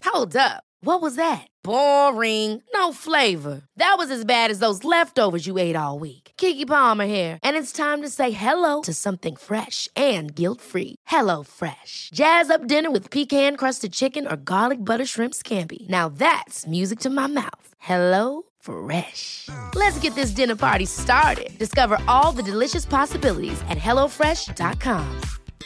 Hold up. What was that? Boring. No flavor. That was as bad as those leftovers you ate all week. Keke Palmer here, and it's time to say hello to something fresh and guilt-free. Hello Fresh. Jazz up dinner with pecan-crusted chicken or garlic butter shrimp scampi. Now that's music to my mouth. Hello Fresh. Let's get this dinner party started. Discover all the delicious possibilities at hellofresh.com.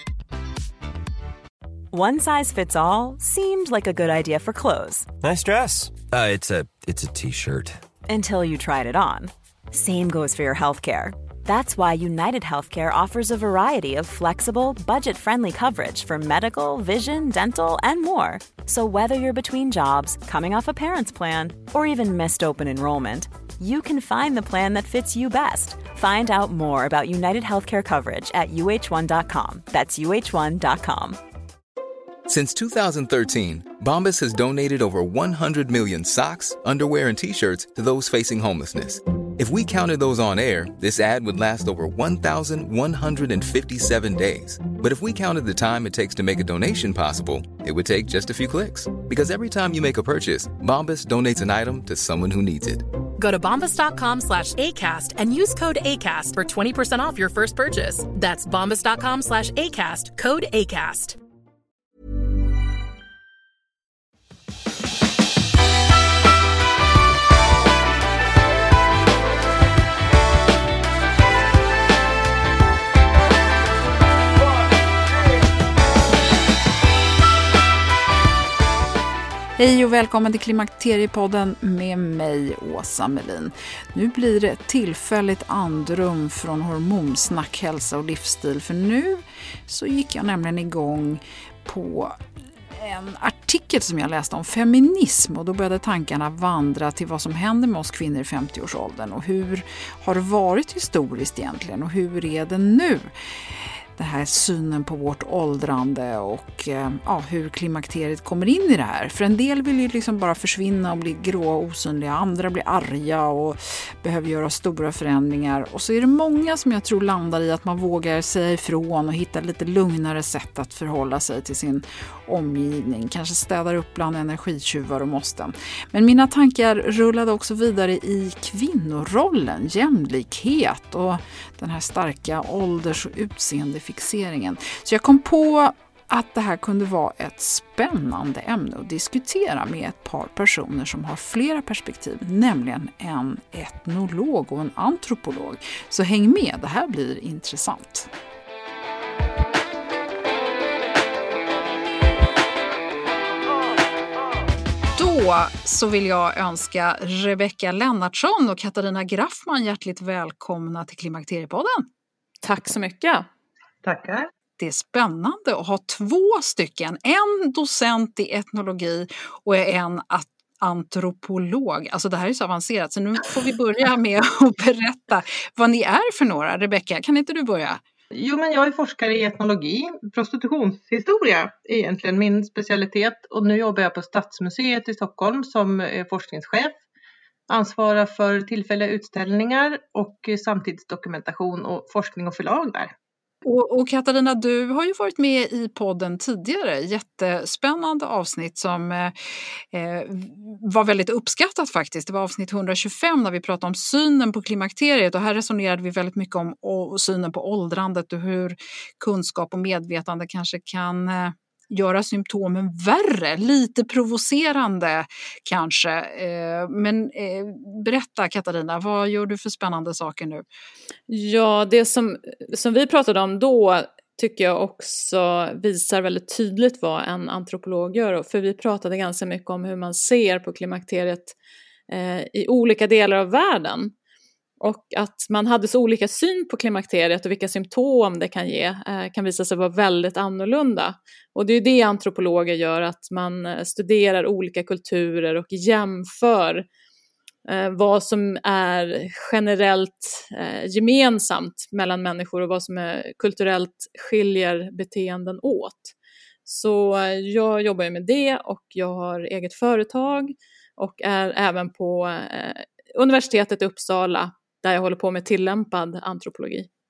One size fits all seemed like a good idea for clothes. Nice dress. It's a t-shirt. Until you tried it on. Same goes for your healthcare. That's why United Healthcare offers a variety of flexible, budget-friendly coverage for medical, vision, dental, and more. So whether you're between jobs, coming off a parent's plan, or even missed open enrollment, you can find the plan that fits you best. Find out more about United Healthcare coverage at uh1.com. That's uh1.com. Since 2013, Bombas has donated over 100 million socks, underwear, and T-shirts to those facing homelessness. If we counted those on air, this ad would last over 1,157 days. But if we counted the time it takes to make a donation possible, it would take just a few clicks. Because every time you make a purchase, Bombas donates an item to someone who needs it. Go to bombas.com/ACAST and use code ACAST for 20% off your first purchase. That's bombas.com/ACAST, code ACAST. Hej och välkommen till Klimakteriepodden med mig, Åsa Melin. Nu blir det tillfälligt andrum från hormonsnack, hälsa och livsstil. För nu så gick jag nämligen igång på en artikel som jag läste om feminism. Och då började tankarna vandra till vad som händer med oss kvinnor i 50-årsåldern. Och hur har det varit historiskt egentligen och hur är det nu? Det här synen på vårt åldrande och hur klimakteriet kommer in i det här. För en del vill ju liksom bara försvinna och bli gråa och osynliga. Andra blir arga och behöver göra stora förändringar. Och så är det många som jag tror landar i att man vågar säga ifrån och hitta lite lugnare sätt att förhålla sig till sin omgivning. Kanske städar upp bland energitjuvar och måsten. Men mina tankar rullade också vidare i kvinnorollen, jämlikhet och den här starka ålders- och utseendefixeringen. Så jag kom på att det här kunde vara ett spännande ämne att diskutera med ett par personer som har flera perspektiv, nämligen en etnolog och en antropolog. Så häng med, det här blir intressant. Då så vill jag önska Rebecka Lennartsson och Katarina Graffman hjärtligt välkomna till Klimakteriepodden. Tack så mycket. Tackar. Det är spännande att ha två stycken, en docent i etnologi och en antropolog. Alltså det här är så avancerat så nu får vi börja med att berätta vad ni är för några. Rebecka, kan inte du börja? Jo, men jag är forskare i etnologi, prostitutionshistoria är egentligen min specialitet och nu jobbar jag på Stadsmuseet i Stockholm som forskningschef. Ansvarar för tillfälliga utställningar och samtidsdokumentation och forskning och förlag där. Och Katarina, du har ju varit med i podden tidigare. Jättespännande avsnitt som var väldigt uppskattat faktiskt. Det var avsnitt 125 när vi pratade om synen på klimakteriet. Och här resonerade vi väldigt mycket om synen på åldrandet och hur kunskap och medvetande kanske kan göra symptomen värre. Lite provocerande kanske. Men berätta Katarina, vad gör du för spännande saker nu? Ja, det som vi pratade om då tycker jag också visar väldigt tydligt vad en antropolog gör. För vi pratade ganska mycket om hur man ser på klimakteriet i olika delar av världen. Och att man hade så olika syn på klimakteriet och vilka symptom det kan ge kan visa sig vara väldigt annorlunda. Och det är det antropologer gör, att man studerar olika kulturer och jämför vad som är generellt gemensamt mellan människor och vad som är kulturellt skiljer beteenden åt. Så jag jobbar med det och jag har eget företag och är även på universitetet i Uppsala där jag håller på med tillämpad antropologi.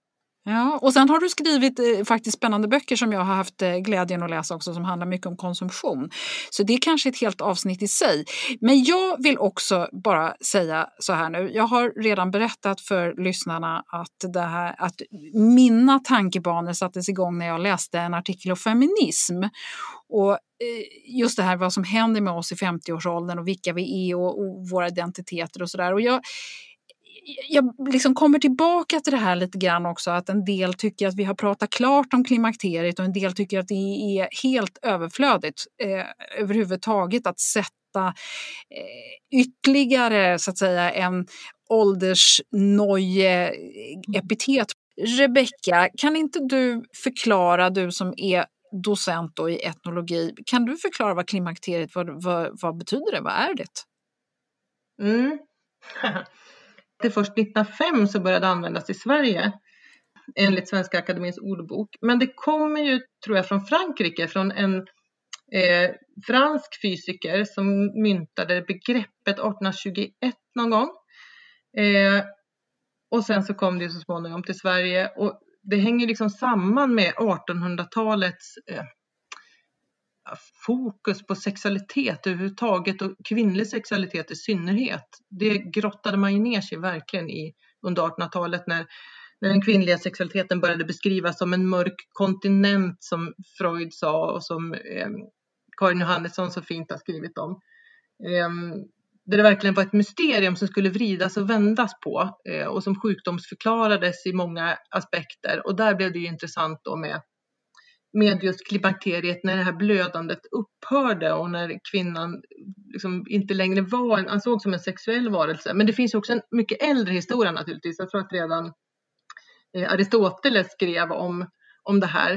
Ja, och sen har du skrivit faktiskt spännande böcker som jag har haft glädjen att läsa också, som handlar mycket om konsumtion. Så det är kanske ett helt avsnitt i sig. Men jag vill också bara säga så här nu. Jag har redan berättat för lyssnarna att mina tankebanor sattes igång när jag läste en artikel om feminism. Och just det här vad som händer med oss i 50-årsåldern och vilka vi är och våra identiteter och sådär. Och jag liksom kommer tillbaka till det här lite grann också, att en del tycker att vi har pratat klart om klimakteriet och en del tycker att det är helt överflödigt överhuvudtaget att sätta ytterligare så att säga en åldersnoje-epitet. Rebecka, kan inte du förklara, du som är docent då i etnologi, kan du förklara vad klimakteriet, vad betyder det, vad är det? Det först 1905 så började användas i Sverige enligt Svenska Akademiens ordbok. Men det kommer ju, tror jag, från Frankrike, från en fransk fysiker som myntade begreppet 1821 någon gång. Och sen så kom det så småningom till Sverige, och det hänger liksom samman med 1800-talets fokus på sexualitet överhuvudtaget och kvinnlig sexualitet i synnerhet. Det grottade man ju ner sig verkligen i under 1800-talet när den kvinnliga sexualiteten började beskrivas som en mörk kontinent, som Freud sa och som Karin Johannesson så fint har skrivit om. Det verkligen var ett mysterium som skulle vridas och vändas på och som sjukdomsförklarades i många aspekter. Och där blev det ju intressant då med just klimakteriet, när det här blödandet upphörde och när kvinnan liksom inte längre var ansågs som en sexuell varelse. Men det finns också en mycket äldre historia naturligtvis. Jag tror att redan Aristoteles skrev om det här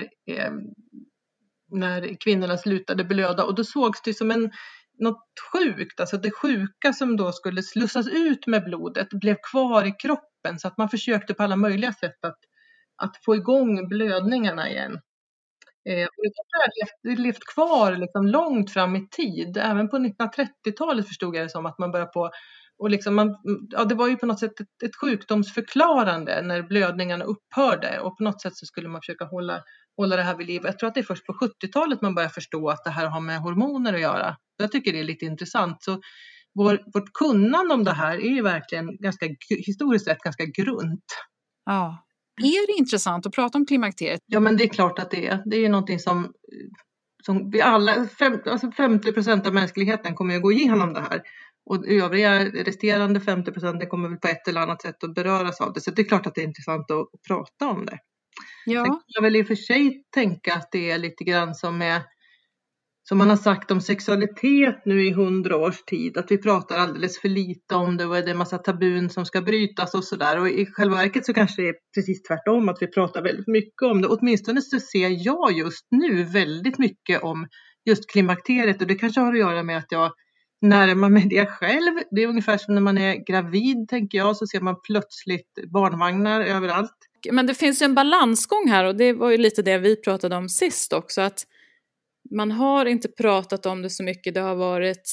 när kvinnorna slutade blöda, och då sågs det som något sjukt, alltså det sjuka som då skulle slussas ut med blodet blev kvar i kroppen, så att man försökte på alla möjliga sätt att få igång blödningarna igen. Och det har levt kvar liksom långt fram i tid. Även på 1930-talet förstod jag det som att man började på, och liksom det var ju på något sätt ett sjukdomsförklarande när blödningarna upphörde, och på något sätt så skulle man försöka hålla det här vid liv. Jag tror att det är först på 70-talet man börjar förstå att det här har med hormoner att göra. Jag tycker det är lite intressant. Så vårt kunnande om det här är ju verkligen historiskt sett ganska grunt. Ja. Är det intressant att prata om klimakteriet? Ja, men det är klart att det är. Det är ju någonting som vi alla, 50% av mänskligheten kommer ju gå igenom det här. Och övriga resterande 50% kommer väl på ett eller annat sätt att beröras av det. Så det är klart att det är intressant att prata om det. Ja. Sen kan jag väl i och för sig tänka att det är lite grann som man har sagt om sexualitet nu i 100 års tid. Att vi pratar alldeles för lite om det, och det är en massa tabun som ska brytas och sådär. Och i själva verket så kanske det är precis tvärtom, att vi pratar väldigt mycket om det. Åtminstone så ser jag just nu väldigt mycket om just klimakteriet. Och det kanske har att göra med att jag närmar mig det själv. Det är ungefär som när man är gravid, tänker jag, så ser man plötsligt barnvagnar överallt. Men det finns ju en balansgång här, och det var ju lite det vi pratade om sist också, att man har inte pratat om det så mycket. Det har varit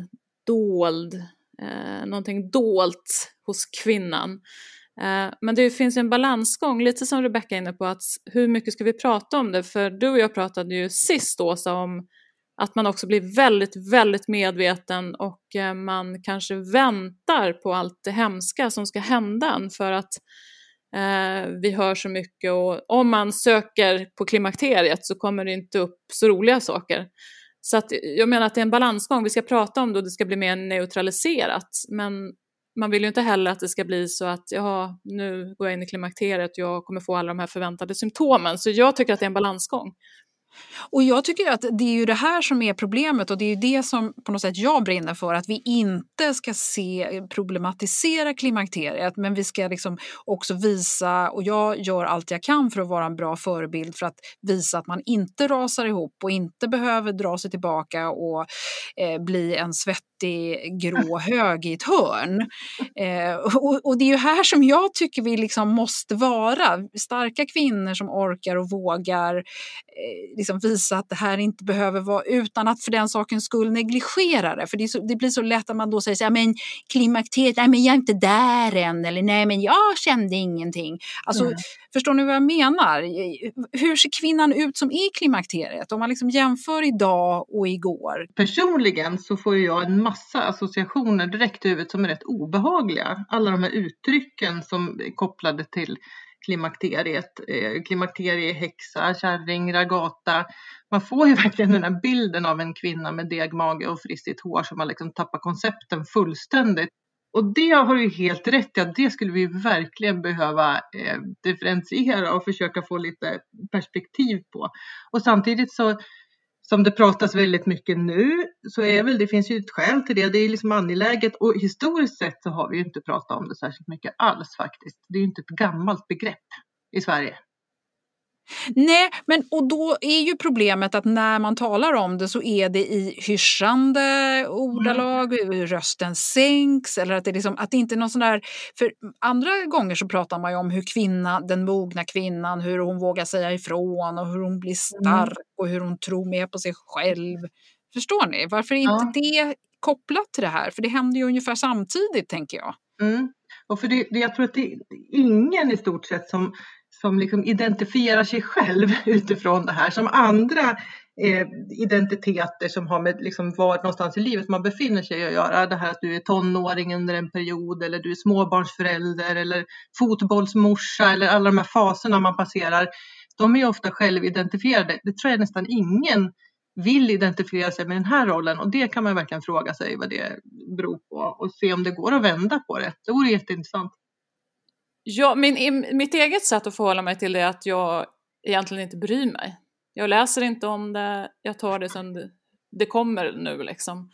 någonting dolt hos kvinnan. Men det finns en balansgång, lite som Rebecka är inne på, att hur mycket ska vi prata om det? För du och jag pratade ju sist, Åsa, om att man också blir väldigt, väldigt medveten, och man kanske väntar på allt det hemska som ska hända, för att vi hör så mycket, och om man söker på klimakteriet så kommer det inte upp så roliga saker. Så att jag menar att det är en balansgång. Vi ska prata om det och det ska bli mer neutraliserat, men man vill ju inte heller att det ska bli så att nu går jag in i klimakteriet och jag kommer få alla de här förväntade symptomen. Så jag tycker att det är en balansgång. Och jag tycker att det är ju det här som är problemet, och det är ju det som på något sätt jag brinner för, att vi inte ska problematisera klimakteriet, men vi ska liksom också visa, och jag gör allt jag kan för att vara en bra förebild för att visa att man inte rasar ihop och inte behöver dra sig tillbaka och bli en svettig grå hög i ett hörn. Och det är ju här som jag tycker vi liksom måste vara starka kvinnor som orkar och vågar liksom visa att det här inte behöver vara, utan att för den sakens skull negligera det. För det blir så lätt att man då säger så här, men klimakteriet, nej men jag är inte där än, eller nej men jag kände ingenting. Alltså, förstår ni vad jag menar? Hur ser kvinnan ut som är klimakteriet? Om man liksom jämför idag och igår. Personligen så får jag en massa associationer direkt i huvudet som är rätt obehagliga. Alla de här uttrycken som är kopplade till klimakteriet. Klimakterie, häxa, kärring, ragata. Man får ju verkligen den här bilden av en kvinna med degmage och frissigt hår som man liksom tappar koncepten fullständigt. Och det har du ju helt rätt i, att det skulle vi verkligen behöva differentiera och försöka få lite perspektiv på. Och samtidigt så, som det pratas väldigt mycket nu, så är väl, det finns ju ett skäl till det. Det är liksom angeläget, och historiskt sett så har vi ju inte pratat om det särskilt mycket alls faktiskt. Det är ju inte ett gammalt begrepp i Sverige. Nej, men och då är ju problemet att när man talar om det så är det i hyschande ordalag, rösten sänks, eller att det liksom, att det inte är någon sån där, för andra gånger så pratar man ju om hur den mogna kvinnan, hur hon vågar säga ifrån och hur hon blir stark och hur hon tror mer på sig själv. Förstår ni? Varför är inte det kopplat till det här? För det händer ju ungefär samtidigt, tänker jag. Och för jag tror att det är ingen i stort sett som liksom identifierar sig själv utifrån det här. Som andra identiteter som har med liksom var någonstans i livet man befinner sig att göra. Det här att du är tonåring under en period, eller du är småbarnsförälder, eller fotbollsmorsa, eller alla de här faserna man passerar. De är ju ofta självidentifierade. Det tror jag nästan ingen vill identifiera sig med den här rollen. Och det kan man verkligen fråga sig vad det beror på. Och se om det går att vända på det. Det vore jätteintressant. Ja, mitt eget sätt att förhålla mig till det är att jag egentligen inte bryr mig. Jag läser inte om det, jag tar det som det kommer nu liksom.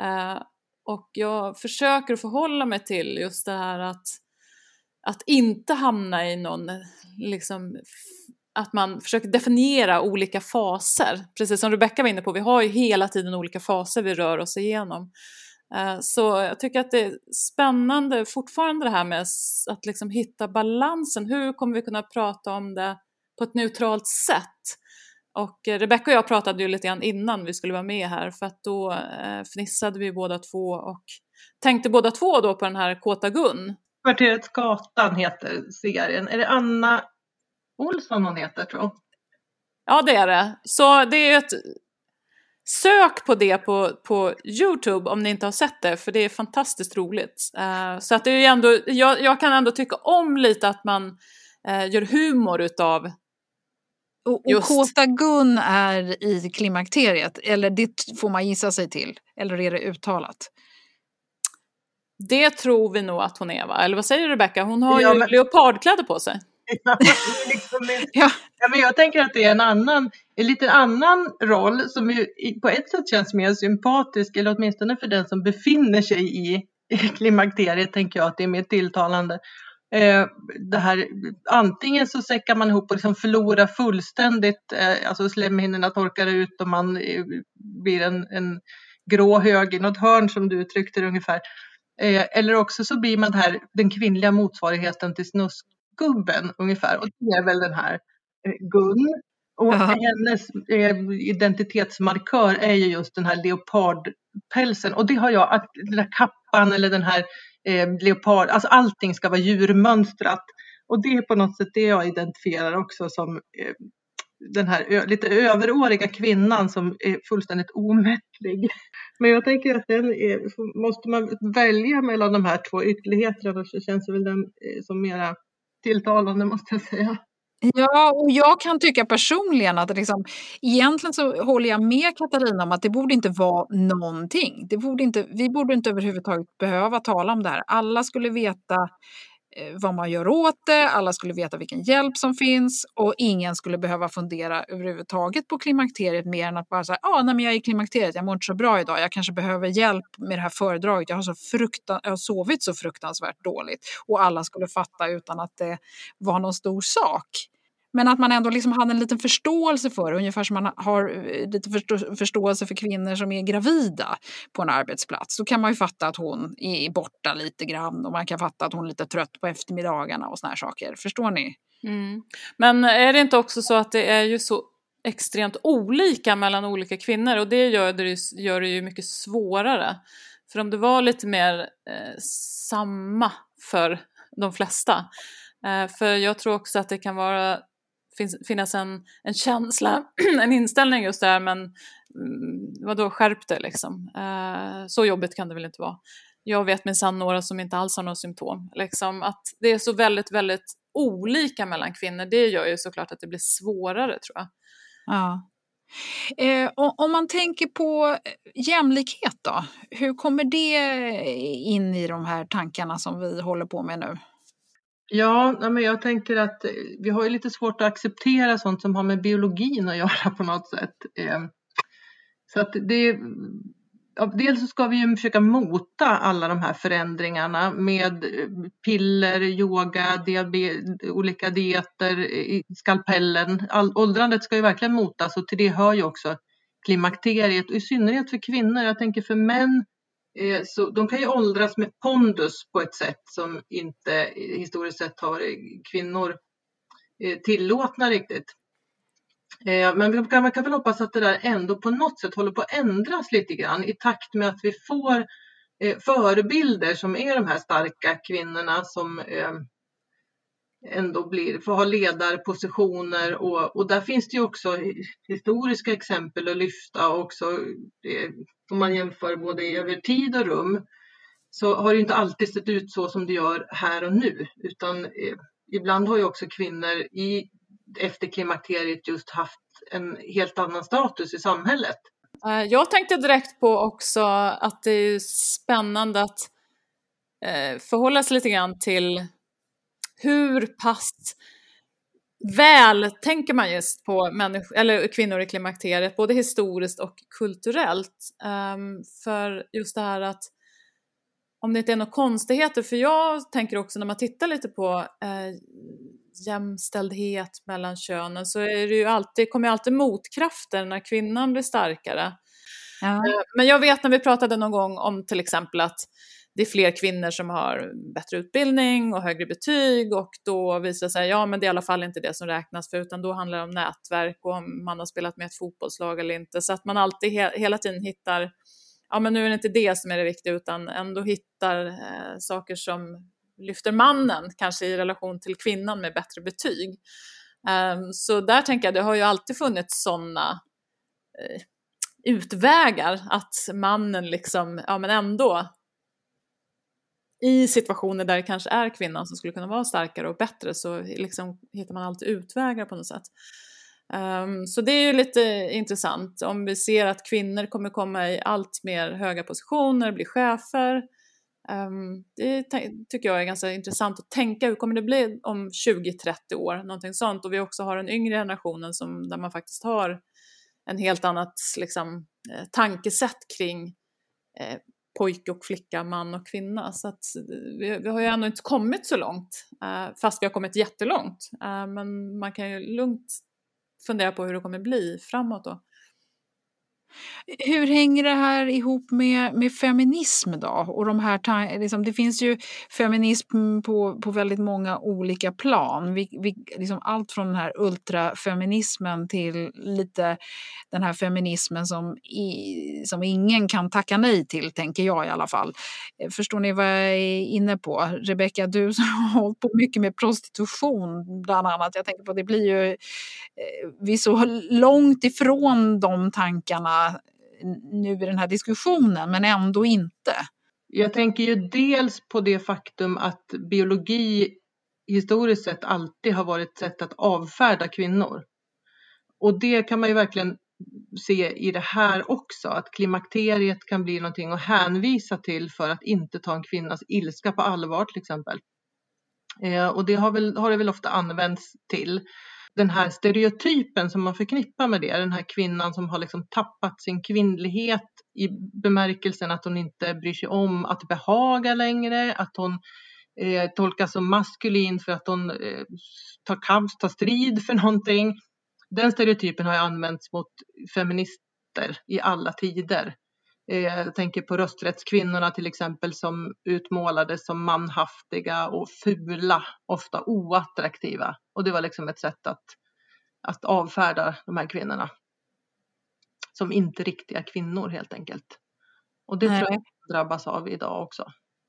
Och jag försöker förhålla mig till just det här att inte hamna i någon, liksom, att man försöker definiera olika faser. Precis som Rebecca var inne på, vi har ju hela tiden olika faser vi rör oss igenom. Så jag tycker att det är spännande fortfarande det här med att liksom hitta balansen. Hur kommer vi kunna prata om det på ett neutralt sätt? Och Rebecca och jag pratade ju lite grann innan vi skulle vara med här, för att då fnissade vi båda två och tänkte båda två då på den här Kåta Gun. Kvarteret Gatan heter serien. Är det Anna Olsson hon heter, tror jag? Ja, det är det. Så det är ett sök på det på YouTube om ni inte har sett det, för det är fantastiskt roligt. Så att det är ju ändå, jag kan ändå tycka om lite att man gör humor utav. Och Kåta Gun är i klimakteriet, eller det får man gissa sig till, eller är det uttalat? Det tror vi nog att hon är, va? Eller vad säger Rebecca? Hon har ju leopardkläder på sig. Ja, men jag tänker att det är en lite annan roll som ju på ett sätt känns mer sympatisk, eller åtminstone för den som befinner sig i klimakteriet tänker jag att det är mer tilltalande. Det här, antingen så säckar man ihop och liksom förlorar fullständigt, alltså slemhinnorna torkar ut och man blir en grå hög i något hörn som du uttryckte det ungefär. Eller också så blir man den kvinnliga motsvarigheten till snuskgubben ungefär, och det är väl den här Gun. Och hennes identitetsmarkör är ju just den här leopardpälsen, och det har jag, den där kappan eller den här leopard, alltså allting ska vara djurmönstrat, och det är på något sätt det jag identifierar också som den här lite överåriga kvinnan som är fullständigt omättlig. Men jag tänker att måste man välja mellan de här två ytterligheterna, så känns väl den som mera tilltalande, måste jag säga. Ja, och jag kan tycka personligen att liksom, egentligen så håller jag med Katarina om att det borde inte vara någonting. Vi borde inte överhuvudtaget behöva tala om det här. Alla skulle veta vad man gör åt det, alla skulle veta vilken hjälp som finns, och ingen skulle behöva fundera överhuvudtaget på klimakteriet mer än att bara säga, nej men jag är i klimakteriet, jag mår inte så bra idag, jag kanske behöver hjälp med det här föredraget, jag har sovit så fruktansvärt dåligt, och alla skulle fatta utan att det var någon stor sak. Men att man ändå liksom hade en liten förståelse för det, ungefär som man har lite förståelse för kvinnor som är gravida på en arbetsplats. Då kan man ju fatta att hon är borta lite grann, och man kan fatta att hon är lite trött på eftermiddagarna och såna här saker. Förstår ni? Mm. Men är det inte också så att det är ju så extremt olika mellan olika kvinnor, och det gör det ju mycket svårare. För om det var lite mer samma för de flesta, för jag tror också att det kan finnas en känsla, en inställning just där, men vadå, skärp det liksom. Så jobbigt kan det väl inte vara. Jag vet minsann några som inte alls har några symptom. Liksom, att det är så väldigt, väldigt olika mellan kvinnor, det gör ju såklart att det blir svårare, tror jag. Ja. Om man tänker på jämlikhet då, hur kommer det in i de här tankarna som vi håller på med nu? Ja, men jag tänker att vi har ju lite svårt att acceptera sånt som har med biologin att göra på något sätt. Så att dels så ska vi ju försöka mota alla de här förändringarna med piller, yoga, olika dieter, skalpellen. Åldrandet ska ju verkligen motas, och till det hör ju också klimakteriet, och i synnerhet för kvinnor. Jag tänker för män, så de kan ju åldras med pondus på ett sätt som inte historiskt sett har kvinnor tillåtna riktigt. Men man kan väl hoppas att det där ändå på något sätt håller på att ändras lite grann i takt med att vi får förebilder som är de här starka kvinnorna som ändå får ha ledarpositioner, och där finns det ju också historiska exempel att lyfta, och också om man jämför både över tid och rum, så har det inte alltid sett ut så som det gör här och nu, utan ibland har ju också kvinnor efter klimakteriet just haft en helt annan status i samhället. Jag tänkte direkt på också att det är spännande att förhålla sig lite grann till hur pass väl tänker man just på kvinnor i klimakteriet, både historiskt och kulturellt. För just det här att om det inte är några konstigheter, för jag tänker också när man tittar lite på jämställdhet mellan könen, så är det ju kommer alltid motkrafter när kvinnan blir starkare. Ja. Men jag vet när vi pratade någon gång om till exempel att det är fler kvinnor som har bättre utbildning och högre betyg, och då visar det sig, men det är i alla fall inte det som räknas, för utan då handlar det om nätverk och om man har spelat med ett fotbollslag eller inte, så att man alltid hela tiden hittar, men nu är det inte det som är det viktiga, utan ändå hittar saker som lyfter mannen kanske i relation till kvinnan med bättre betyg. Så där tänker jag, det har ju alltid funnits sådana utvägar, att mannen liksom, men ändå i situationer där det kanske är kvinnan som skulle kunna vara starkare och bättre, så liksom hittar man alltid utvägar på något sätt. Så det är ju lite intressant om vi ser att kvinnor kommer komma i allt mer höga positioner, bli chefer. Det tycker jag är ganska intressant att tänka, hur kommer det bli om 20-30 år, någonting sånt. Och vi också har den yngre generationen där man faktiskt har en helt annat liksom, tankesätt kring pojke och flicka, man och kvinna. Så att vi har ju ändå inte kommit så långt, fast vi har kommit jättelångt. Men man kan ju lugnt fundera på hur det kommer bli framåt då. Hur hänger det här ihop med feminism då? Och de här liksom, det finns ju feminism på väldigt många olika plan. Liksom allt från den här ultrafeminismen till lite den här feminismen som ingen kan tacka nej till, tänker jag i alla fall. Förstår ni vad jag är inne på? Rebecka, du som har hållit på mycket med prostitution bland annat. Jag tänker på att det blir ju vi är så långt ifrån de tankarna nu i den här diskussionen, men ändå inte. Jag tänker ju dels på det faktum att biologi historiskt sett alltid har varit ett sätt att avfärda kvinnor. Och det kan man ju verkligen se i det här också, att klimakteriet kan bli någonting att hänvisa till för att inte ta en kvinnas ilska på allvar till exempel. Och det har det väl ofta använts till. Den här stereotypen som man förknippar med det, den här kvinnan som har liksom tappat sin kvinnlighet i bemärkelsen att hon inte bryr sig om att behaga längre, att hon tolkas som maskulin för att hon tar strid för någonting. Den stereotypen har använts mot feminister i alla tider. Jag tänker på rösträttskvinnorna till exempel, som utmålades som manhaftiga och fula, ofta oattraktiva. Och det var liksom ett sätt att avfärda de här kvinnorna som inte riktiga kvinnor helt enkelt. Och det tror jag drabbas av idag också.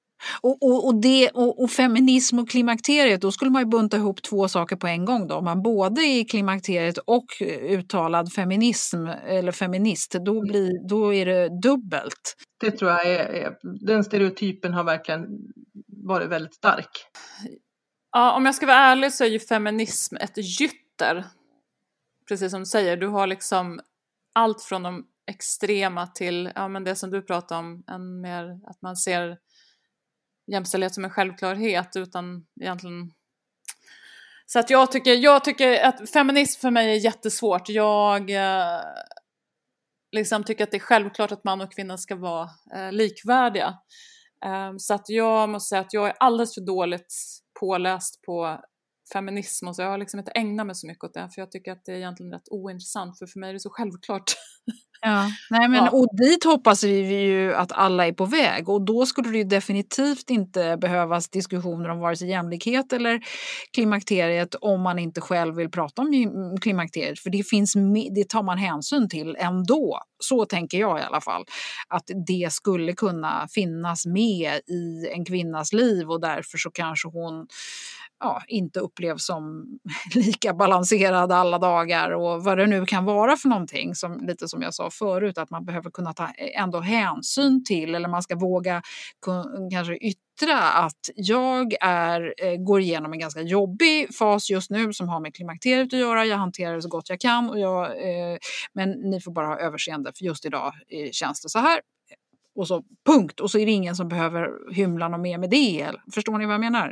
Och feminism och klimakteriet, då skulle man ju bunta ihop två saker på en gång då. Om man både är i klimakteriet och uttalad feminism eller feminist, då är det dubbelt. Det tror jag är den stereotypen har verkligen varit väldigt stark. Ja, om jag ska vara ärlig så är ju feminism ett gytter. Precis som du säger, du har liksom allt från de extrema till men det som du pratar om, en mer att man ser jämställdhet som en självklarhet utan egentligen. Så att jag tycker att feminism för mig är jättesvårt. Jag liksom tycker att det är självklart att man och kvinna ska vara likvärdiga. Så att jag måste säga att jag är alldeles för dåligt påläst på feminism och så jag har liksom inte ägnat mig så mycket åt det för jag tycker att det är egentligen rätt ointressant för mig är det så självklart. Ja, nej men och dit hoppas vi ju att alla är på väg och då skulle det ju definitivt inte behövas diskussioner om vare sig jämlikhet eller klimakteriet om man inte själv vill prata om klimakteriet för det tar man hänsyn till ändå. Så tänker jag i alla fall att det skulle kunna finnas med i en kvinnas liv och därför så kanske hon inte upplevs som lika balanserad alla dagar och vad det nu kan vara för någonting lite som jag sa förut att man behöver kunna ta ändå hänsyn till eller man ska våga kanske yttra att jag går igenom en ganska jobbig fas just nu som har med klimakteriet att göra, jag hanterar det så gott jag kan men ni får bara ha överseende för just idag känns det så här och så punkt och så är det ingen som behöver hymla något mer med det, förstår ni vad jag menar?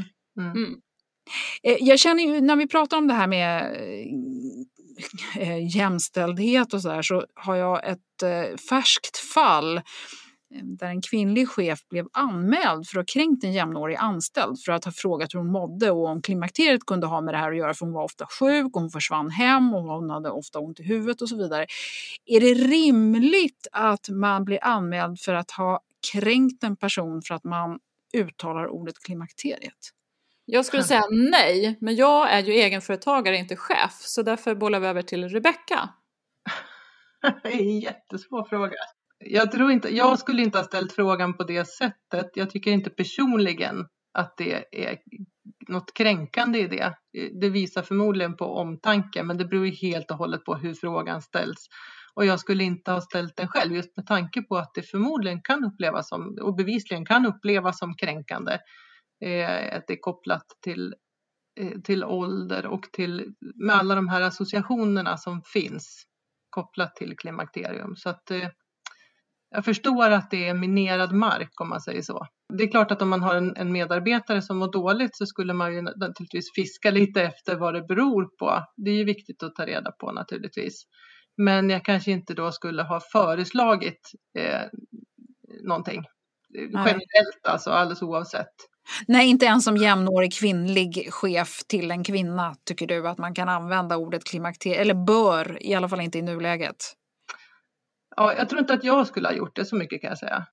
Jag känner ju när vi pratar om det här med jämställdhet och så har jag ett färskt fall där en kvinnlig chef blev anmäld för att ha kränkt en jämnårig anställd för att ha frågat hur hon mådde och om klimakteriet kunde ha med det här att göra för hon var ofta sjuk och hon försvann hem och hon hade ofta ont i huvudet och så vidare. Är det rimligt att man blir anmäld för att ha kränkt en person för att man uttalar ordet klimakteriet? Jag skulle säga nej, men jag är ju egenföretagare, inte chef. Så därför bollar vi över till Rebecca. Det är en jättesvår fråga. Jag skulle inte ha ställt frågan på det sättet. Jag tycker inte personligen att det är något kränkande i det. Det visar förmodligen på omtanke, men det beror ju helt och hållet på hur frågan ställs. Och jag skulle inte ha ställt den själv just med tanke på att det förmodligen kan upplevas som, och bevisligen kan upplevas som kränkande. Att det är kopplat till ålder och med alla de här associationerna som finns kopplat till klimakterium. Så att jag förstår att det är minerad mark om man säger så. Det är klart att om man har en medarbetare som mår dåligt så skulle man ju naturligtvis fiska lite efter vad det beror på. Det är ju viktigt att ta reda på naturligtvis. Men jag kanske inte då skulle ha föreslagit någonting generellt, alltså alldeles oavsett. Nej, inte ens som jämnårig kvinnlig chef till en kvinna tycker du att man kan använda ordet klimakteriet, eller bör, i alla fall inte i nuläget. Ja, jag tror inte att jag skulle ha gjort det så mycket kan jag säga.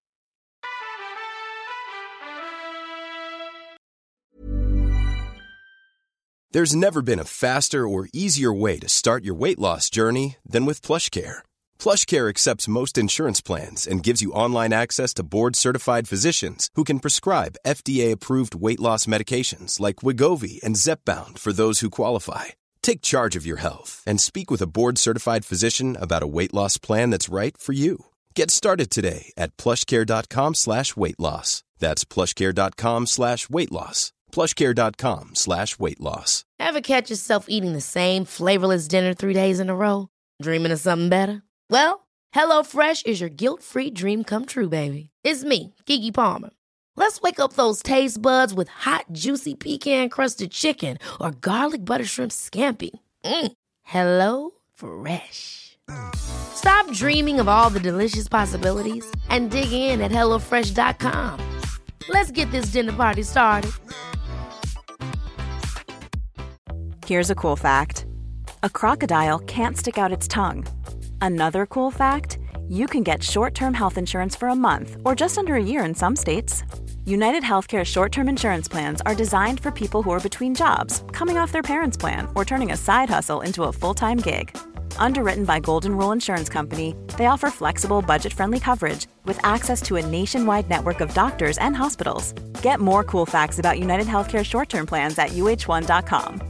There's never been a faster or easier way to start your weight loss journey than with PlushCare. PlushCare accepts most insurance plans and gives you online access to board-certified physicians who can prescribe FDA-approved weight loss medications like Wegovy and Zepbound for those who qualify. Take charge of your health and speak with a board-certified physician about a weight loss plan that's right for you. Get started today at plushcare.com/weightloss. That's plushcare.com/weightloss. plushcare.com/weightloss. Ever catch yourself eating the same flavorless dinner 3 days in a row? Dreaming of something better? Well, HelloFresh is your guilt-free dream come true, baby. It's me, Keke Palmer. Let's wake up those taste buds with hot, juicy pecan-crusted chicken or garlic butter shrimp scampi. Hello Fresh. Stop dreaming of all the delicious possibilities and dig in at HelloFresh.com. Let's get this dinner party started. Here's a cool fact. A crocodile can't stick out its tongue. Another cool fact, you can get short-term health insurance for a month or just under a year in some states. United Healthcare short-term insurance plans are designed for people who are between jobs, coming off their parents' plan, or turning a side hustle into a full-time gig. Underwritten by Golden Rule Insurance Company, they offer flexible, budget-friendly coverage with access to a nationwide network of doctors and hospitals. Get more cool facts about United Healthcare short-term plans at uh1.com.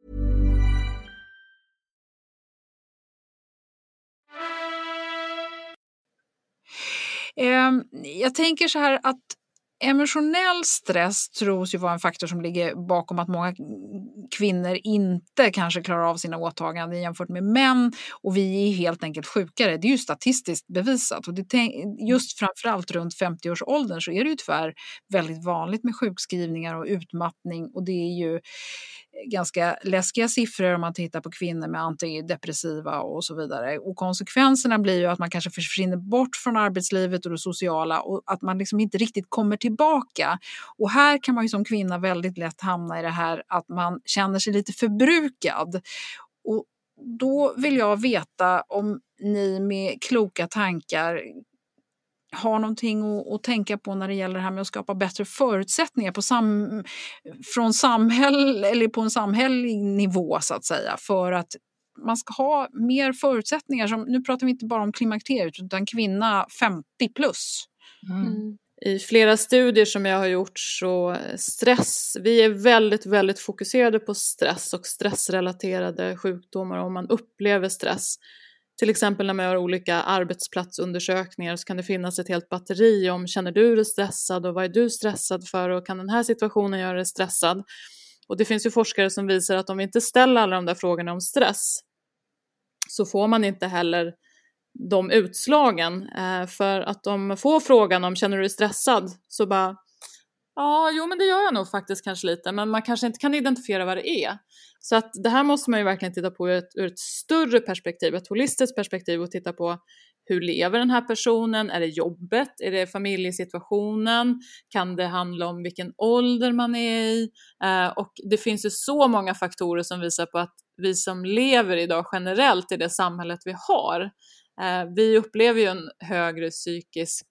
Jag tänker så här att emotionell stress tros ju vara en faktor som ligger bakom att många kvinnor inte kanske klarar av sina åtaganden jämfört med män, och vi är helt enkelt sjukare. Det är ju statistiskt bevisat, och just framförallt runt 50-årsåldern så är det ju tyvärr väldigt vanligt med sjukskrivningar och utmattning, och det är ju ganska läskiga siffror om man tittar på kvinnor med antidepressiva och så vidare. Och konsekvenserna blir ju att man kanske försvinner bort från arbetslivet och det sociala, och att man liksom inte riktigt kommer tillbaka. Och här kan man ju som kvinna väldigt lätt hamna i det här att man känner sig lite förbrukad. Och då vill jag veta om ni med kloka tankar har någonting att tänka på när det gäller det här med att skapa bättre förutsättningar från samhälle, eller på en samhällelig nivå så att säga, för att man ska ha mer förutsättningar. Som, nu pratar vi inte bara om klimakteriet utan kvinna 50 plus. I flera studier som jag har gjort så stress, vi är väldigt, väldigt fokuserade på stress och stressrelaterade sjukdomar om man upplever stress. Till exempel när man gör olika arbetsplatsundersökningar så kan det finnas ett helt batteri om känner du dig stressad och vad är du stressad för och kan den här situationen göra dig stressad. Och det finns ju forskare som visar att om vi inte ställer alla de där frågorna om stress så får man inte heller de utslagen. För att de får frågan om känner du dig stressad så bara men det gör jag nog faktiskt kanske lite, men man kanske inte kan identifiera vad det är. Så att det här måste man ju verkligen titta på ur ett större perspektiv, ett holistiskt perspektiv, och titta på hur lever den här personen, är det jobbet, är det familjesituationen, kan det handla om vilken ålder man är i, och det finns ju så många faktorer som visar på att vi som lever idag generellt i det samhället vi har, vi upplever ju en högre psykisk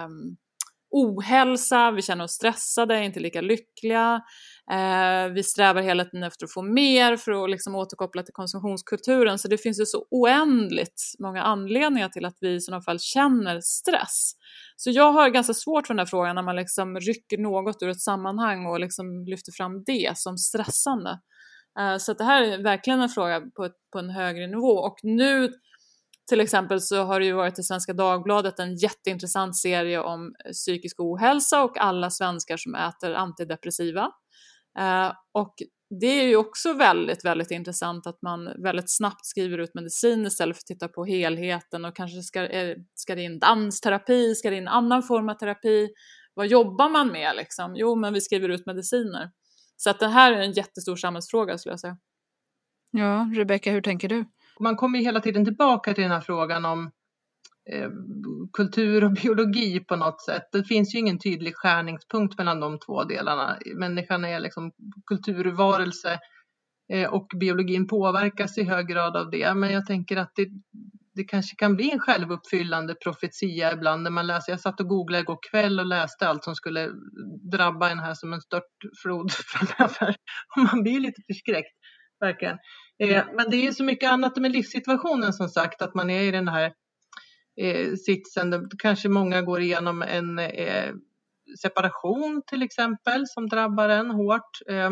ohälsa, vi känner oss stressade, inte lika lyckliga, vi strävar hela tiden efter att få mer för att liksom återkoppla till konsumtionskulturen, så det finns ju så oändligt många anledningar till att vi i sådana fall känner stress. Så jag har ganska svårt för den här frågan när man liksom rycker något ur ett sammanhang och liksom lyfter fram det som stressande. Så att det här är verkligen en fråga på en högre nivå, och nu till exempel så har det ju varit i Svenska Dagbladet en jätteintressant serie om psykisk ohälsa och alla svenskar som äter antidepressiva. Och det är ju också väldigt, väldigt intressant att man väldigt snabbt skriver ut medicin istället för att titta på helheten, och kanske ska det in dansterapi, ska det in annan form av terapi, vad jobbar man med liksom? Jo, men vi skriver ut mediciner. Så att det här är en jättestor samhällsfråga skulle jag säga. Ja, Rebecka, hur tänker du? Man kommer ju hela tiden tillbaka till den här frågan om kultur och biologi på något sätt. Det finns ju ingen tydlig skärningspunkt mellan de två delarna. Människan är liksom kulturvarelse och biologin påverkas i hög grad av det. Men jag tänker att det kanske kan bli en självuppfyllande profetia ibland när man läser. Jag satt och googlade igår kväll och läste allt som skulle drabba en här som en störtflod framöver. Och man blir lite förskräckt, verkligen. Men det är så mycket annat med livssituationen, som sagt, att man är i den här sitsen. Kanske många går igenom en separation till exempel som drabbar en hårt.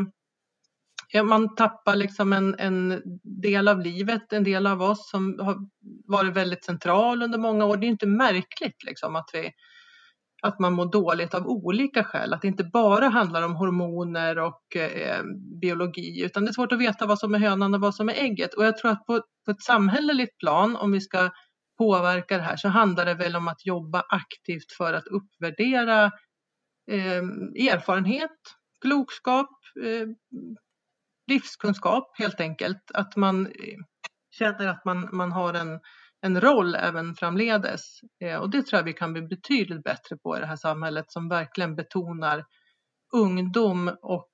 Man tappar liksom en del av livet, en del av oss som har varit väldigt central under många år. Det är inte märkligt liksom att man mår dåligt av olika skäl. Att det inte bara handlar om hormoner och biologi, utan det är svårt att veta vad som är hönan och vad som är ägget. Och jag tror att på ett samhälleligt plan, om vi ska påverka det här, så handlar det väl om att jobba aktivt för att uppvärdera erfarenhet, klokskap, livskunskap helt enkelt. Att man känner att man har en roll även framledes. Och det tror jag vi kan bli betydligt bättre på i det här samhället, som verkligen betonar ungdom och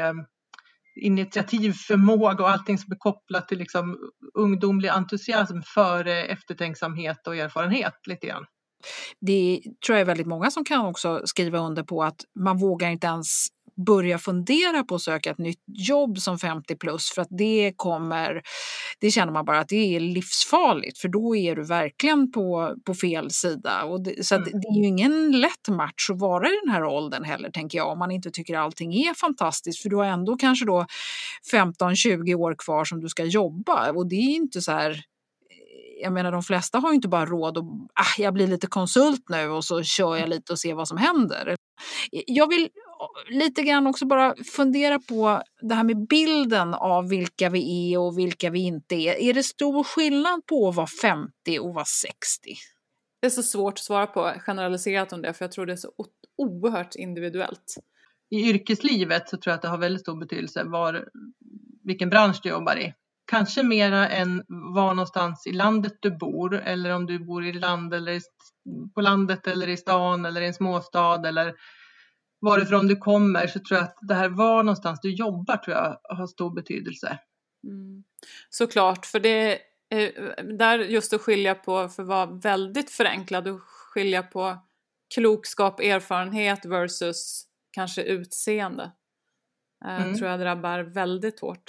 initiativförmåga och allting som är kopplat till liksom ungdomlig entusiasm före eftertänksamhet och erfarenhet lite grann. det tror jag är väldigt många som kan också skriva under på, att man vågar inte ens börja fundera på att söka ett nytt jobb som 50 plus, för att det känner man bara att det är livsfarligt, för då är du verkligen på fel sida. Så att det är ju ingen lätt match att vara i den här åldern heller, tänker jag, om man inte tycker allting är fantastiskt, för du har ändå kanske då 15-20 år kvar som du ska jobba, och det är inte så här. Jag menar, de flesta har ju inte bara råd att jag blir lite konsult nu och så kör jag lite och ser vad som händer. Jag vill lite grann också bara fundera på det här med bilden av vilka vi är och vilka vi inte är. Är det stor skillnad på att vara 50 och vara 60? Det är så svårt att svara på generaliserat om det, för jag tror det är så oerhört individuellt. I yrkeslivet så tror jag att det har väldigt stor betydelse vilken bransch du jobbar i. Kanske mera än var någonstans i landet du bor, eller om du bor i land eller på landet eller i stan eller i en småstad eller varifrån du kommer, så tror jag att det här var någonstans du jobbar tror jag har stor betydelse. Såklart, för det är där just att skilja på, för att vara väldigt förenklad, och skilja på klokskap, erfarenhet versus kanske utseende. Tror jag drabbar väldigt hårt.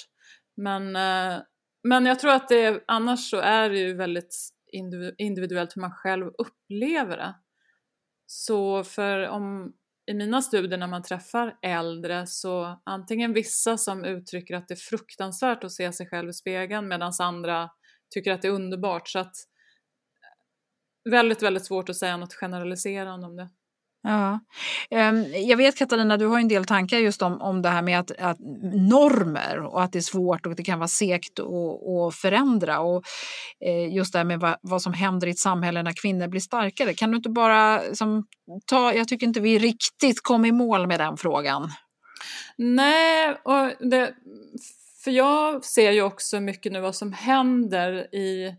Men jag tror att annars så är det ju väldigt individuellt hur man själv upplever det. Så i mina studier när man träffar äldre, så antingen vissa som uttrycker att det är fruktansvärt att se sig själv i spegeln, medan andra tycker att det är underbart. Så att väldigt, väldigt svårt att säga något generaliserande om det. Ja. Jag vet, Katarina, du har en del tankar just om det här med att normer, och att det är svårt och det kan vara segt att förändra, och just det här med vad som händer i ett samhälle när kvinnor blir starkare. Kan du inte bara jag tycker inte vi riktigt kom i mål med den frågan. Nej, för jag ser ju också mycket nu vad som händer i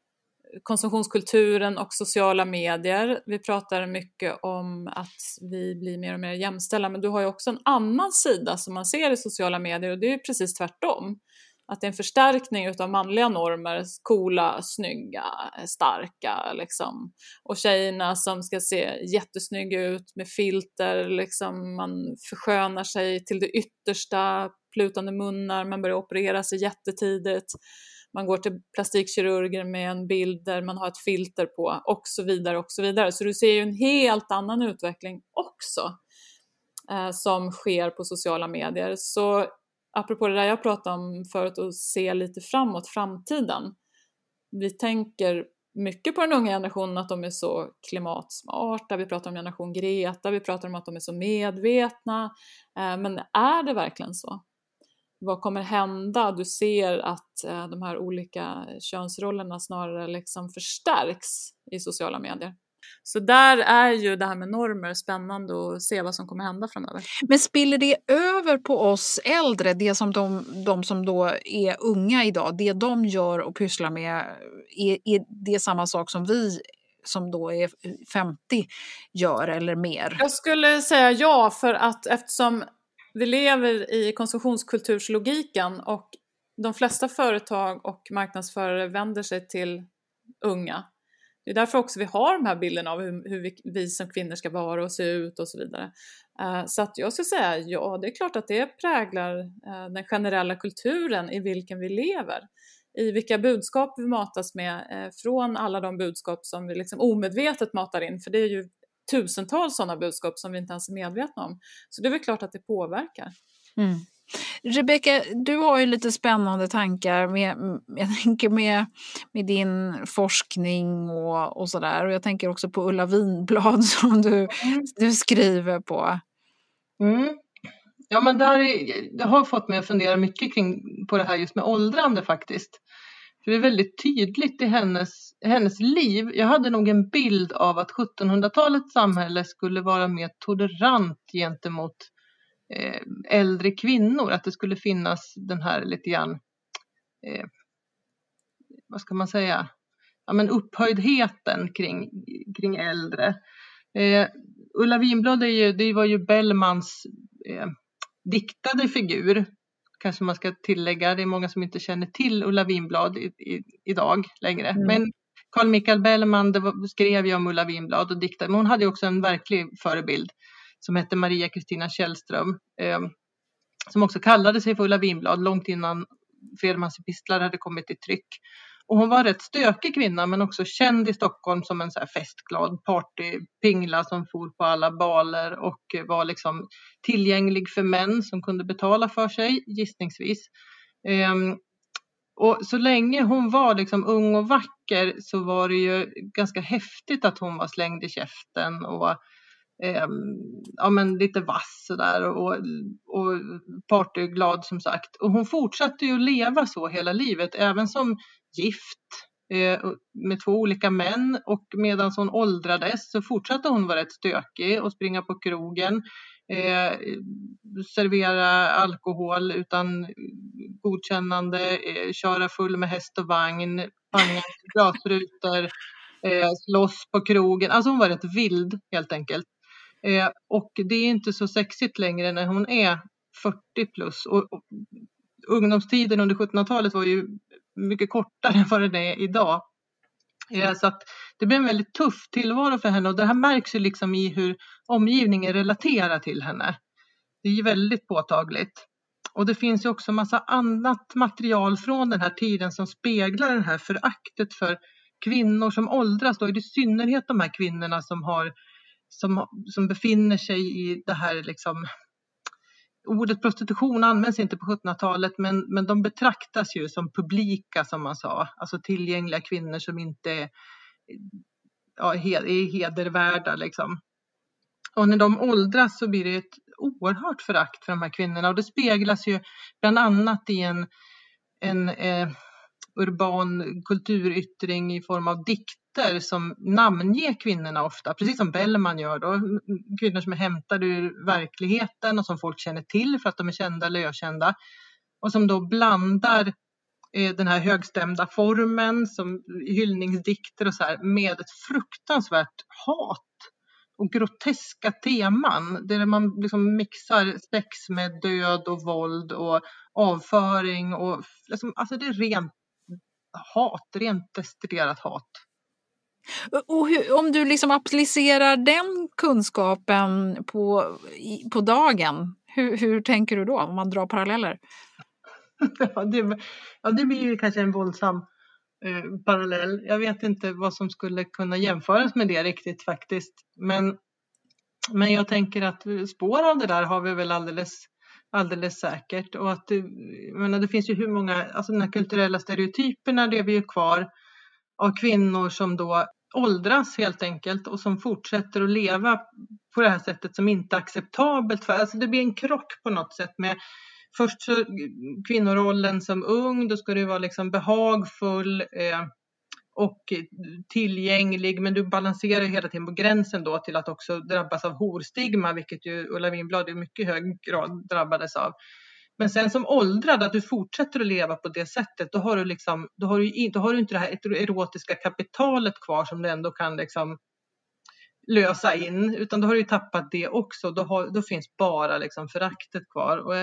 konsumtionskulturen och sociala medier. Vi pratar mycket om att vi blir mer och mer jämställda, men du har ju också en annan sida som man ser i sociala medier, och det är ju precis tvärtom. Att det är en förstärkning av manliga normer, coola, snygga, starka liksom. Och tjejerna som ska se jättesnygga ut med filter, liksom, man förskönar sig till det yttersta, plutande munnar, man börjar operera sig jättetidigt. Man går till plastikkirurger med en bild där man har ett filter på, och så vidare och så vidare. Så du ser ju en helt annan utveckling också som sker på sociala medier. Så apropå det där jag pratade om förut, att se lite framåt framtiden. Vi tänker mycket på den unga generationen, att de är så klimatsmarta. Vi pratar om generation Greta, vi pratar om att de är så medvetna. Men är det verkligen så? Vad kommer hända? Du ser att de här olika könsrollerna snarare liksom förstärks i sociala medier. Så där är ju det här med normer spännande att se vad som kommer hända framöver. Men spiller det över på oss äldre, det som de som då är unga idag, det de gör och pysslar med, är det samma sak som vi som då är 50 gör eller mer? Jag skulle säga ja, för att eftersom vi lever i konsumtionskulturslogiken och de flesta företag och marknadsförare vänder sig till unga. Det är därför också vi har de här bilderna av hur vi som kvinnor ska vara och se ut och så vidare. Så att jag skulle säga ja, det är klart att det präglar den generella kulturen i vilken vi lever. I vilka budskap vi matas med, från alla de budskap som vi liksom omedvetet matar in. För det är ju tusentals sådana budskap som vi inte ens är medvetna om. Så det är väl klart att det påverkar. Mm. Rebecka, du har ju lite spännande tankar med din forskning och sådär. Och jag tänker också på Ulla Vinblad som du skriver på. Mm. Ja, men det har fått mig att fundera mycket på det här just med åldrande faktiskt. För det är väldigt tydligt i hennes liv. Jag hade nog en bild av att 1700-talets samhälle skulle vara mer tolerant gentemot äldre kvinnor. Att det skulle finnas den här lite grann, vad ska man säga? Ja, men upphöjdheten kring äldre. Ulla Vinblad det var ju Bellmans diktade figur. Kanske man ska tillägga, det är många som inte känner till Ulla Vinblad idag längre. Men Carl Michael Bellman skrev ju om Ulla Winblad och diktade, men hon hade också en verklig förebild som hette Maria Kristina Källström, som också kallade sig för Ulla Winblad långt innan Fredmans epistlar hade kommit i tryck. Och hon var en rätt stökig kvinna, men också känd i Stockholm som en så här festglad partypingla som for på alla baler och var liksom tillgänglig för män som kunde betala för sig, gissningsvis. Och så länge hon var liksom ung och vacker så var det ju ganska häftigt att hon var slängd i käften och men lite vass sådär och partyglad som sagt. Och hon fortsatte ju att leva så hela livet, även som gift med 2 olika män, och medan hon åldrades så fortsatte hon vara rätt stökig och springa på krogen, servera alkohol utan godkännande, köra full med häst och vagn, panga glasrutor, slåss på krogen. Alltså hon var rätt vild helt enkelt. Och det är inte så sexigt längre när hon är 40 plus. Och ungdomstiden under 1700-talet var ju mycket kortare än vad det är idag. Så att det blev en väldigt tuff tillvaro för henne, och det här märks ju liksom i hur omgivningen relaterar till henne. Det är ju väldigt påtagligt. Och det finns ju också massa annat material från den här tiden som speglar det här föraktet för kvinnor som åldras. Då är det i synnerhet de här kvinnorna som befinner sig i det här liksom. Ordet prostitution används inte på 1700-talet, men de betraktas ju som publika, som man sa. Alltså tillgängliga kvinnor som inte är hedervärda liksom. Och när de åldras så blir det ett oerhört förakt för de här kvinnorna. Och det speglas ju bland annat i en urban kulturyttring i form av dikter som namnger kvinnorna ofta, precis som Bellman gör då. Kvinnor som är hämtade ur verkligheten och som folk känner till för att de är kända eller ökända. Och som då blandar den här högstämda formen som hyllningsdikter och så här med ett fruktansvärt hat och groteska teman där man liksom mixar sex med död och våld och avföring och liksom, alltså det är rent destillerat hat. Och om du liksom applicerar den kunskapen på dagen, hur tänker du då om man drar paralleller? Det blir ju kanske en våldsam parallell. Jag vet inte vad som skulle kunna jämföras med det riktigt faktiskt. Men jag tänker att spår av det där har vi väl alldeles säkert. Och att det finns ju hur många, alltså de här kulturella stereotyperna, det är vi ju kvar av kvinnor som då åldras helt enkelt och som fortsätter att leva på det här sättet som inte är acceptabelt. För alltså det blir en krock på något sätt med först så kvinnorollen som ung, då ska du vara liksom behagfull och tillgänglig, men du balanserar ju hela tiden på gränsen då till att också drabbas av horstigma, vilket ju Ulla Winblad i mycket hög grad drabbades av. Men sen som åldrad, att du fortsätter att leva på det sättet, då har du inte det här erotiska kapitalet kvar som du ändå kan liksom lösa in, utan då har du ju tappat det också. Då finns bara liksom föraktet kvar, och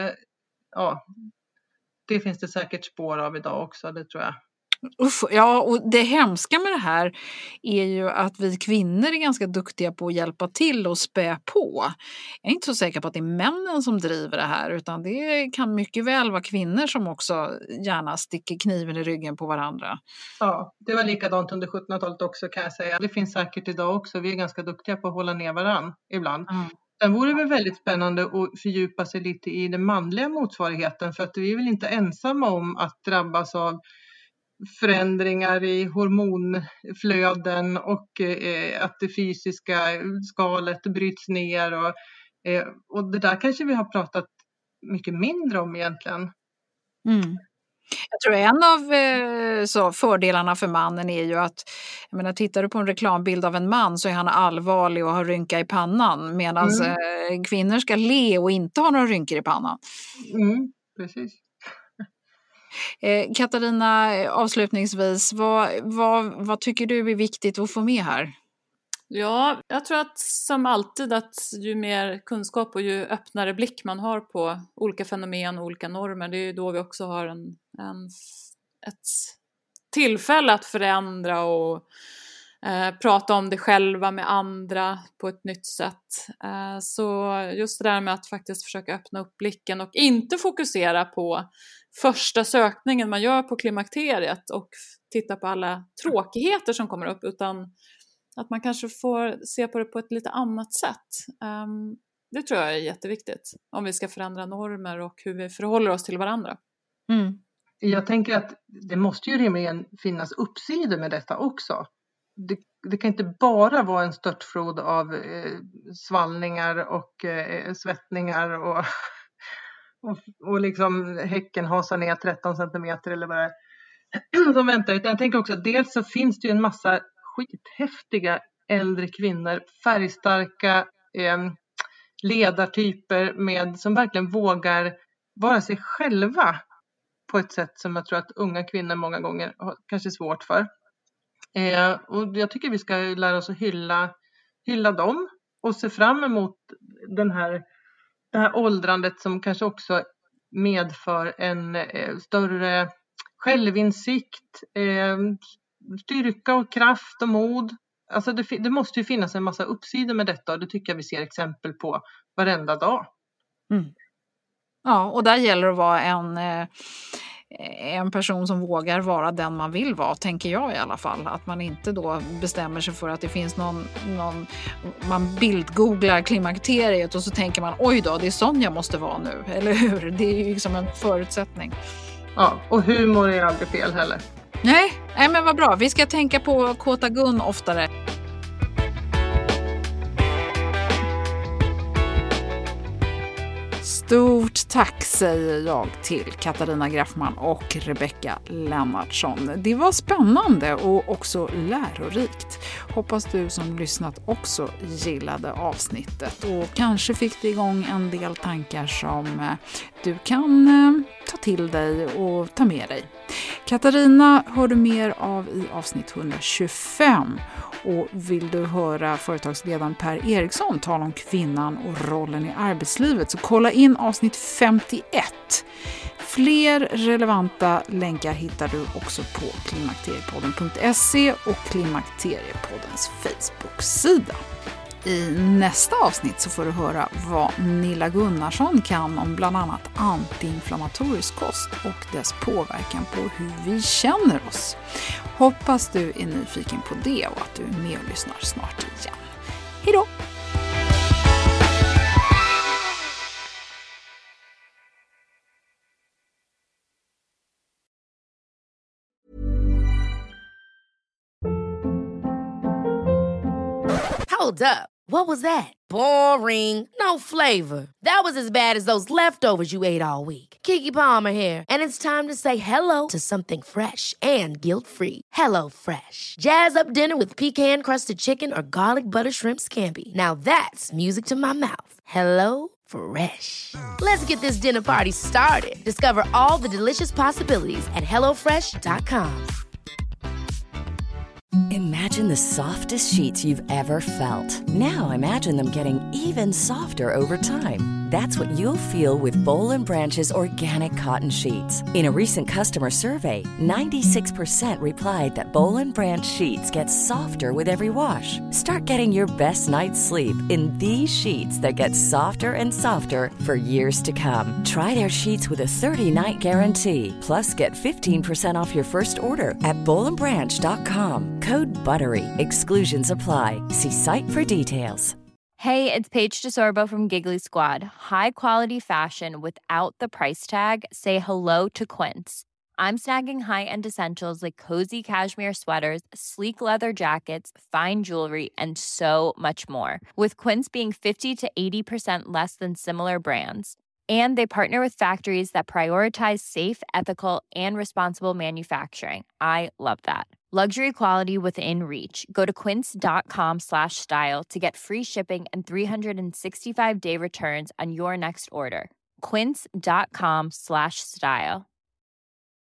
det finns det säkert spår av idag också, det tror jag. Ja, och det hemska med det här är ju att vi kvinnor är ganska duktiga på att hjälpa till och spä på. Jag är inte så säker på att det är männen som driver det här, utan det kan mycket väl vara kvinnor som också gärna sticker kniven i ryggen på varandra. Ja, det var likadant under 1700-talet också, kan jag säga. Det finns säkert idag också. Vi är ganska duktiga på att hålla ner varandra ibland. Sen vore det väl väldigt spännande att fördjupa sig lite i den manliga motsvarigheten, för att vi är väl inte ensamma om att drabbas av förändringar i hormonflöden och att det fysiska skalet bryts ner och det där kanske vi har pratat mycket mindre om egentligen. Jag tror en av fördelarna för mannen är ju att, jag menar, tittar du på en reklambild av en man så är han allvarlig och har rynka i pannan, medan kvinnor ska le och inte ha några rynkor i pannan. Precis. Katarina, avslutningsvis, vad tycker du är viktigt att få med här? Ja, jag tror att som alltid att ju mer kunskap och ju öppnare blick man har på olika fenomen och olika normer, det är ju då vi också har ett tillfälle att förändra och prata om det själva med andra på ett nytt sätt. Så just det där med att faktiskt försöka öppna upp blicken och inte fokusera på första sökningen man gör på klimakteriet och titta på alla tråkigheter som kommer upp, utan att man kanske får se på det på ett lite annat sätt. Det tror jag är jätteviktigt om vi ska förändra normer och hur vi förhåller oss till varandra. Mm. Jag tänker att det måste ju rimligen finnas uppsidor med detta också. Det kan inte bara vara en störtflod av svallningar och svettningar och liksom häcken hasar ner 13 centimeter eller vad det är som väntar. Jag tänker också att dels så finns det ju en massa skithäftiga äldre kvinnor, färgstarka ledartyper som verkligen vågar vara sig själva på ett sätt som jag tror att unga kvinnor många gånger har kanske svårt för. Och jag tycker vi ska lära oss att hylla dem och se fram emot det här åldrandet som kanske också medför en större självinsikt, styrka och kraft och mod. Alltså det måste ju finnas en massa uppsidor med detta, och det tycker jag vi ser exempel på varenda dag. Mm. Ja, och där gäller det att vara en person som vågar vara den man vill vara, tänker jag i alla fall. Att man inte då bestämmer sig för att det finns någon man bildgooglar klimakteriet och så tänker man, oj då, det är sån jag måste vara nu, eller hur? Det är ju liksom en förutsättning. Ja, och humor är aldrig fel heller. Nej, men vad bra. Vi ska tänka på Kåta Gun oftare. Stort tack säger jag till Katarina Graffman och Rebecka Lennartsson. Det var spännande och också lärorikt. Hoppas du som lyssnat också gillade avsnittet och kanske fick det igång en del tankar som du kan ta till dig och ta med dig. Katarina hör du mer av i avsnitt 125. Och vill du höra företagsledaren Per Eriksson tala om kvinnan och rollen i arbetslivet, så kolla in avsnitt 51. Fler relevanta länkar hittar du också på klimakteriepodden.se och Klimakteriepoddens Facebook-sida. I nästa avsnitt så får du höra vad Nilla Gunnarsson kan om bland annat antiinflammatorisk kost och dess påverkan på hur vi känner oss. Hoppas du är nyfiken på det och att du är med och lyssnar snart igen. Hej då! Hold up. What was that? Boring. No flavor. That was as bad as those leftovers you ate all week. Keke Palmer here, and it's time to say hello to something fresh and guilt-free. Hello Fresh. Jazz up dinner with pecan-crusted chicken or garlic butter shrimp scampi. Now that's music to my mouth. Hello Fresh. Let's get this dinner party started. Discover all the delicious possibilities at hellofresh.com. Imagine the softest sheets you've ever felt. Now imagine them getting even softer over time. That's what you'll feel with Boll & Branch's organic cotton sheets. In a recent customer survey, 96% replied that Boll & Branch sheets get softer with every wash. Start getting your best night's sleep in these sheets that get softer and softer for years to come. Try their sheets with a 30-night guarantee. Plus, get 15% off your first order at bollandbranch.com. Code BUTTERY. Exclusions apply. See site for details. Hey, it's Paige DeSorbo from Giggly Squad. High quality fashion without the price tag. Say hello to Quince. I'm snagging high-end essentials like cozy cashmere sweaters, sleek leather jackets, fine jewelry, and so much more. With Quince being 50 to 80% less than similar brands. And they partner with factories that prioritize safe, ethical, and responsible manufacturing. I love that. Luxury quality within reach. Go to quince.com/style to get free shipping and 365-day returns on your next order. Quince.com/style.